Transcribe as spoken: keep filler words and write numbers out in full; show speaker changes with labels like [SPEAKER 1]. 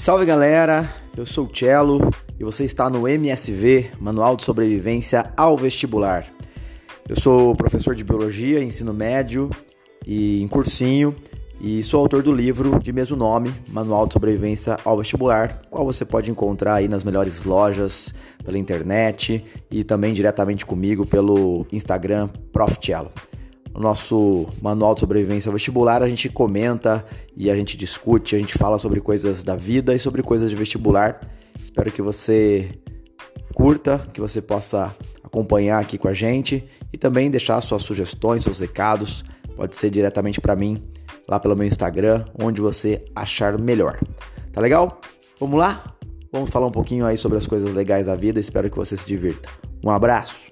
[SPEAKER 1] Salve galera, eu sou o Cello e você está no M S V, Manual de Sobrevivência ao Vestibular. Eu sou professor de Biologia, ensino médio e em cursinho e sou autor do livro de mesmo nome, Manual de Sobrevivência ao Vestibular, qual você pode encontrar aí nas melhores lojas, pela internet e também diretamente comigo pelo Instagram, Prof Cello. No nosso Manual de Sobrevivência ao Vestibular, a gente comenta e a gente discute, a gente fala sobre coisas da vida e sobre coisas de vestibular. Espero que você curta, que você possa acompanhar aqui com a gente e também deixar suas sugestões, seus recados. Pode ser diretamente para mim, lá pelo meu Instagram, onde você achar melhor. Tá legal? Vamos lá? Vamos falar um pouquinho aí sobre as coisas legais da vida. Espero que você se divirta. Um abraço!